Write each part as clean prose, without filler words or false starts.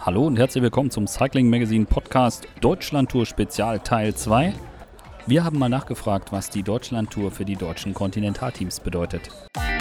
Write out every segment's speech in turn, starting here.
Hallo und herzlich willkommen zum Cycling Magazine Podcast Deutschlandtour Spezial Teil 2. Wir haben mal nachgefragt, was die Deutschlandtour für die deutschen Kontinentalteams bedeutet.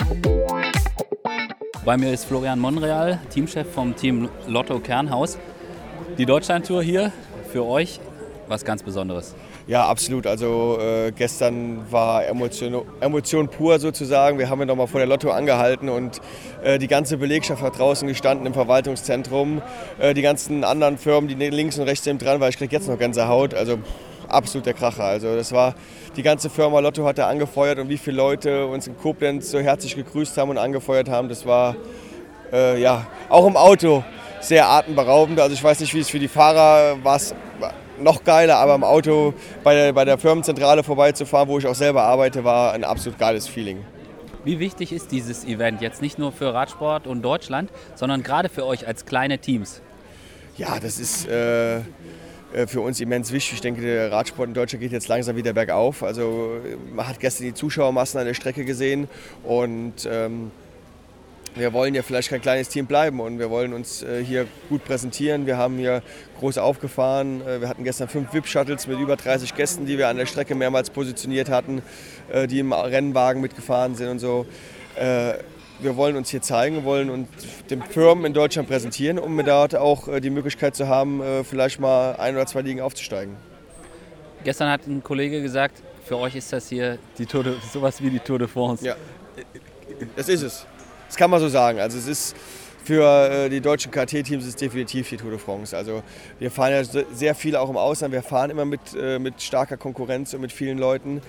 Bei mir ist Florian Monreal, Teamchef vom Team Lotto Kernhaus. Die Deutschlandtour hier für euch was ganz Besonderes. Ja, absolut. Also gestern war Emotion pur sozusagen. Wir haben ja noch mal vor der Lotto angehalten und die ganze Belegschaft hat draußen gestanden im Verwaltungszentrum. Die ganzen anderen Firmen, die links und rechts neben dran waren, ich kriege jetzt noch Gänsehaut. Also absolut der Kracher. Also das war, die ganze Firma Lotto hat da angefeuert und wie viele Leute uns in Koblenz so herzlich gegrüßt haben und angefeuert haben, das war auch im Auto sehr atemberaubend. Also ich weiß nicht, wie es für die Fahrer war, noch geiler, aber im Auto bei der Firmenzentrale vorbeizufahren, wo ich auch selber arbeite, war ein absolut geiles Feeling. Wie wichtig ist dieses Event jetzt nicht nur für Radsport und Deutschland, sondern gerade für euch als kleine Teams? Ja, das ist für uns immens wichtig. Ich denke, der Radsport in Deutschland geht jetzt langsam wieder bergauf. Also man hat gestern die Zuschauermassen an der Strecke gesehen und wir wollen ja vielleicht kein kleines Team bleiben und wir wollen uns hier gut präsentieren. Wir haben hier groß aufgefahren. Wir hatten gestern 5 VIP-Shuttles mit über 30 Gästen, die wir an der Strecke mehrmals positioniert hatten, die im Rennwagen mitgefahren sind und so. Wir wollen uns hier zeigen, wollen uns den Firmen in Deutschland präsentieren, um dort auch die Möglichkeit zu haben, vielleicht mal 1 oder 2 Ligen aufzusteigen. Gestern hat ein Kollege gesagt, für euch ist das hier sowas wie die Tour de France. Ja, das ist es. Das kann man so sagen. Also es ist für die deutschen KT-Teams ist definitiv die Tour de France. Also wir fahren ja sehr viel auch im Ausland. Wir fahren immer mit starker Konkurrenz und mit vielen Leuten.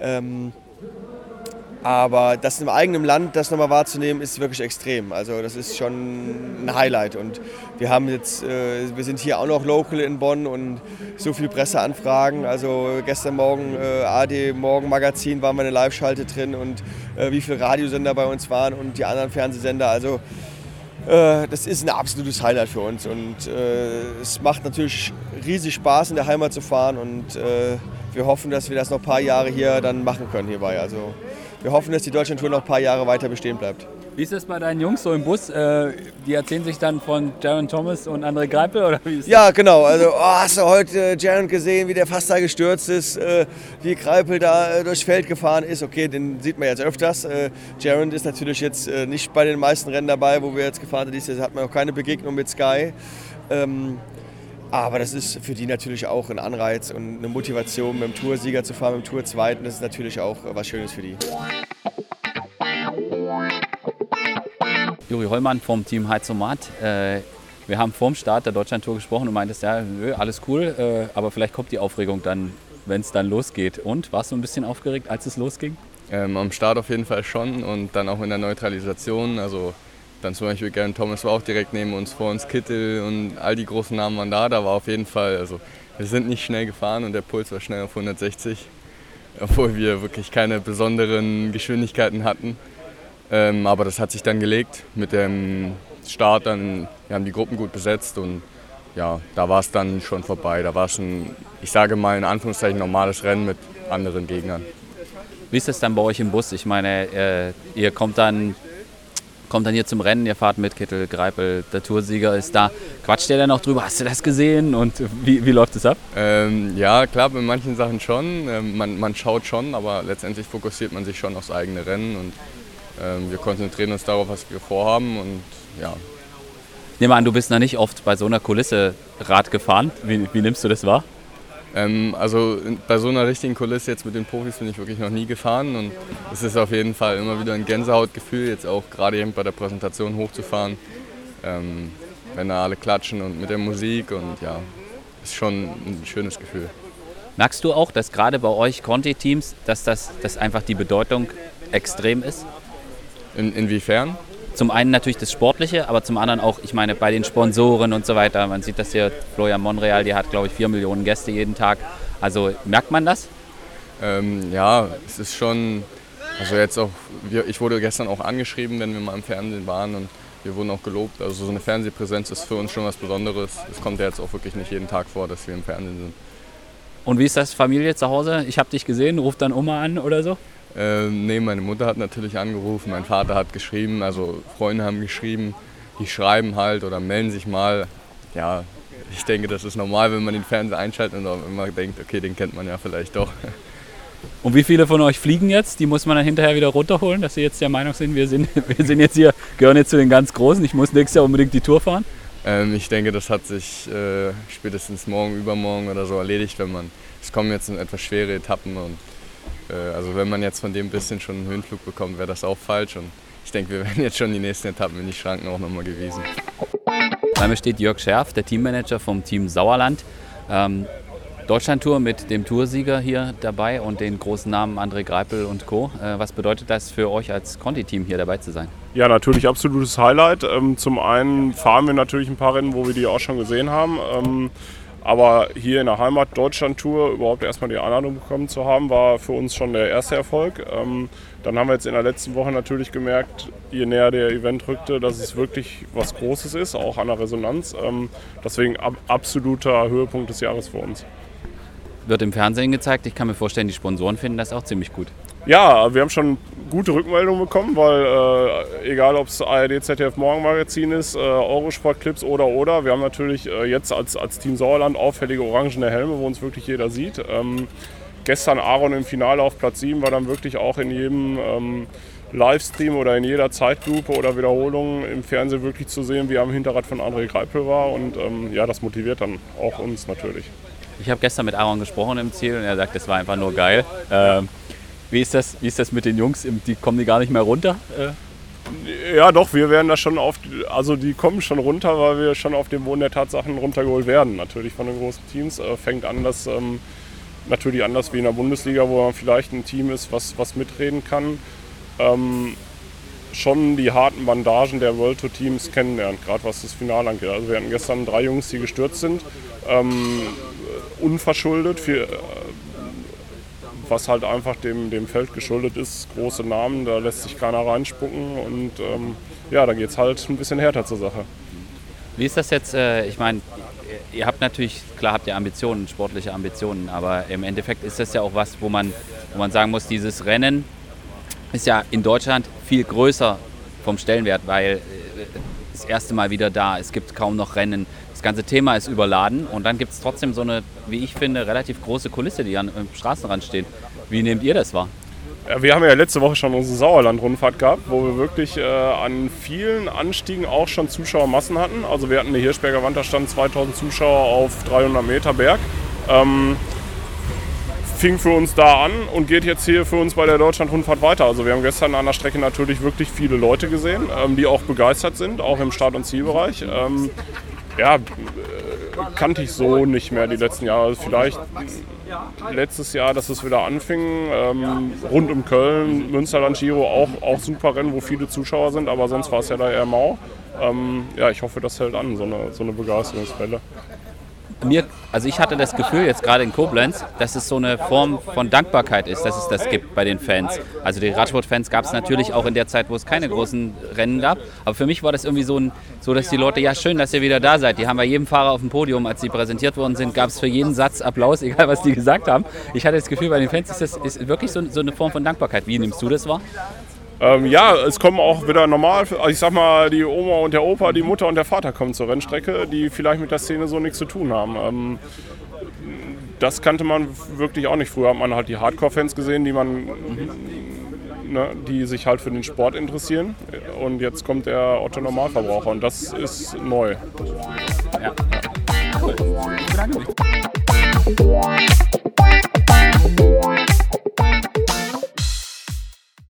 Aber das im eigenen Land, das nochmal wahrzunehmen, ist wirklich extrem. Also das ist schon ein Highlight. Und wir sind hier auch noch local in Bonn und so viele Presseanfragen. Also gestern Morgen ARD Morgenmagazin waren wir eine Live-Schalte drin und wie viele Radiosender bei uns waren und die anderen Fernsehsender. Also das ist ein absolutes Highlight für uns. Und es macht natürlich riesig Spaß, in der Heimat zu fahren. Und wir hoffen, dass wir das noch ein paar Jahre hier dann machen können hierbei. Also wir hoffen, dass die Deutschlandtour noch ein paar Jahre weiter bestehen bleibt. Wie ist das bei deinen Jungs so im Bus? Die erzählen sich dann von Geraint Thomas und André Greipel? Oder wie ist das? Ja, genau. Also hast du heute Geraint gesehen, wie der fast da gestürzt ist, wie Greipel da durchs Feld gefahren ist? Okay, den sieht man jetzt öfters. Geraint ist natürlich jetzt nicht bei den meisten Rennen dabei, wo wir jetzt gefahren sind. Dieses Jahr hat man noch keine Begegnung mit Sky. Aber das ist für die natürlich auch ein Anreiz und eine Motivation, mit dem Toursieger zu fahren, mit dem Tourzweiten. Das ist natürlich auch was Schönes für die. Juri Hollmann vom Team Heizomat. Wir haben vorm Start der Deutschlandtour gesprochen und meintest, ja, alles cool, aber vielleicht kommt die Aufregung dann, wenn es dann losgeht. Und warst du ein bisschen aufgeregt, als es losging? Am Start auf jeden Fall schon und dann auch in der Neutralisation. Also dann zum Beispiel Geraint Thomas war auch direkt neben uns, vor uns Kittel und all die großen Namen waren da. Da war auf jeden Fall, also wir sind nicht schnell gefahren und der Puls war schnell auf 160, obwohl wir wirklich keine besonderen Geschwindigkeiten hatten. Aber das hat sich dann gelegt mit dem Start. Dann, wir haben die Gruppen gut besetzt und ja, da war es dann schon vorbei. Da war es ich sage mal in Anführungszeichen, normales Rennen mit anderen Gegnern. Wie ist das dann bei euch im Bus? Ich meine, ihr kommt dann hier zum Rennen, ihr fahrt mit Kittel, Greipel, der Toursieger ist da. Quatscht ihr dann auch drüber? Hast du das gesehen? Und wie läuft es ab? Ja, klar, bei manchen Sachen schon. Man schaut schon, aber letztendlich fokussiert man sich schon aufs eigene Rennen und wir konzentrieren uns darauf, was wir vorhaben und ja. Nehmen wir an, du bist noch nicht oft bei so einer Kulisse Rad gefahren. Wie nimmst du das wahr? Also bei so einer richtigen Kulisse jetzt mit den Profis bin ich wirklich noch nie gefahren und es ist auf jeden Fall immer wieder ein Gänsehautgefühl, jetzt auch gerade eben bei der Präsentation hochzufahren, wenn da alle klatschen und mit der Musik und ja, ist schon ein schönes Gefühl. Merkst du auch, dass gerade bei euch Conti-Teams, dass einfach die Bedeutung extrem ist? Inwiefern? Zum einen natürlich das Sportliche, aber zum anderen auch, ich meine, bei den Sponsoren und so weiter. Man sieht das hier, Florian Monreal, die hat, glaube ich, 4 Millionen Gäste jeden Tag. Also merkt man das? Ja, es ist schon, also jetzt auch, ich wurde gestern auch angeschrieben, wenn wir mal im Fernsehen waren und wir wurden auch gelobt. Also so eine Fernsehpräsenz ist für uns schon was Besonderes. Es kommt ja jetzt auch wirklich nicht jeden Tag vor, dass wir im Fernsehen sind. Und wie ist das, Familie zu Hause? Ich habe dich gesehen, ruft dann Oma an oder so? Nee, meine Mutter hat natürlich angerufen, mein Vater hat geschrieben, also Freunde haben geschrieben, die schreiben halt oder melden sich mal. ja, ich denke, das ist normal, wenn man den Fernseher einschaltet und auch immer denkt, okay, den kennt man ja vielleicht doch. Und wie viele von euch fliegen jetzt? Die muss man dann hinterher wieder runterholen, dass sie jetzt der Meinung sind, wir sind jetzt hier, gehören jetzt zu den ganz Großen, ich muss nächstes Jahr unbedingt die Tour fahren? Ich denke, das hat sich spätestens morgen, übermorgen oder so erledigt, es kommen jetzt etwas schwere Etappen und also wenn man jetzt von dem bisschen schon einen Höhenflug bekommt, wäre das auch falsch und ich denke, wir werden jetzt schon die nächsten Etappen in die Schranken auch nochmal gewesen. Bei mir steht Jörg Scherf, der Teammanager vom Team Sauerland. Deutschlandtour mit dem Toursieger hier dabei und den großen Namen André Greipel und Co. Was bedeutet das für euch als Conti-Team hier dabei zu sein? Ja, natürlich absolutes Highlight. Zum einen fahren wir natürlich ein paar Rennen, wo wir die auch schon gesehen haben. Aber hier in der Heimat Deutschlandtour überhaupt erstmal die Einladung bekommen zu haben, war für uns schon der erste Erfolg. Dann haben wir jetzt in der letzten Woche natürlich gemerkt, je näher der Event rückte, dass es wirklich was Großes ist, auch an der Resonanz. Deswegen absoluter Höhepunkt des Jahres für uns. Wird im Fernsehen gezeigt. Ich kann mir vorstellen, die Sponsoren finden das auch ziemlich gut. Ja, wir haben schon gute Rückmeldungen bekommen, weil egal ob es ARD, ZDF Morgenmagazin ist, Eurosport Clips oder, wir haben natürlich jetzt als Team Sauerland auffällige orangene Helme, wo uns wirklich jeder sieht. Gestern Aaron im Finale auf Platz 7 war dann wirklich auch in jedem Livestream oder in jeder Zeitlupe oder Wiederholung im Fernsehen wirklich zu sehen, wie er am Hinterrad von André Greipel war und ja, das motiviert dann auch uns natürlich. Ich habe gestern mit Aaron gesprochen im Ziel und er sagt, das war einfach nur geil. Wie ist das mit den Jungs? Kommen die gar nicht mehr runter? Ja doch, wir werden da schon die kommen schon runter, weil wir schon auf dem Boden der Tatsachen runtergeholt werden. Natürlich von den großen Teams. Fängt anders wie in der Bundesliga, wo man vielleicht ein Team ist, was mitreden kann. Schon die harten Bandagen der World Tour Teams kennenlernt, gerade was das Finale angeht. Also wir hatten gestern 3 Jungs, die gestürzt sind. Unverschuldet, was halt einfach dem Feld geschuldet ist, große Namen, da lässt sich keiner reinspucken und da geht es halt ein bisschen härter zur Sache. Wie ist das jetzt, ich meine, ihr habt natürlich, klar habt ihr Ambitionen, sportliche Ambitionen, aber im Endeffekt ist das ja auch was, wo man sagen muss, dieses Rennen ist ja in Deutschland viel größer vom Stellenwert, weil das erste Mal wieder da, es gibt kaum noch Rennen. Das ganze Thema ist überladen und dann gibt es trotzdem so eine, wie ich finde, relativ große Kulisse, die am Straßenrand steht. Wie nehmt ihr das wahr? Ja, wir haben ja letzte Woche schon unsere Sauerland-Rundfahrt gehabt, wo wir wirklich an vielen Anstiegen auch schon Zuschauermassen hatten. Also wir hatten eine Hirschberger Wand, da standen 2000 Zuschauer auf 300 Meter Berg. Fing für uns da an und geht jetzt hier für uns bei der Deutschland-Rundfahrt weiter. Also wir haben gestern an der Strecke natürlich wirklich viele Leute gesehen, die auch begeistert sind, auch im Start- und Zielbereich. Kannte ich so nicht mehr die letzten Jahre. Also vielleicht letztes Jahr, dass es wieder anfing, rund um Köln, Münsterland Giro, auch super Rennen, wo viele Zuschauer sind, aber sonst war es ja da eher mau. Ich hoffe, das hält an, so eine Begeisterungswelle. Ich hatte das Gefühl, jetzt gerade in Koblenz, dass es so eine Form von Dankbarkeit ist, dass es das gibt bei den Fans. Also die Radsport-Fans gab es natürlich auch in der Zeit, wo es keine großen Rennen gab. Aber für mich war das irgendwie so, dass die Leute, ja schön, dass ihr wieder da seid. Die haben bei jedem Fahrer auf dem Podium, als sie präsentiert worden sind, gab es für jeden Satz Applaus, egal was die gesagt haben. Ich hatte das Gefühl, bei den Fans ist wirklich so eine Form von Dankbarkeit. Wie nimmst du das wahr? Es kommen auch wieder normal, also ich sag mal, die Oma und der Opa, die Mutter und der Vater kommen zur Rennstrecke, die vielleicht mit der Szene so nichts zu tun haben. Das kannte man wirklich auch nicht. Früher hat man halt die Hardcore-Fans gesehen, die sich halt für den Sport interessieren. Und jetzt kommt der Otto-Normalverbraucher und das ist neu. Ja. Cool. Ich bedanke mich.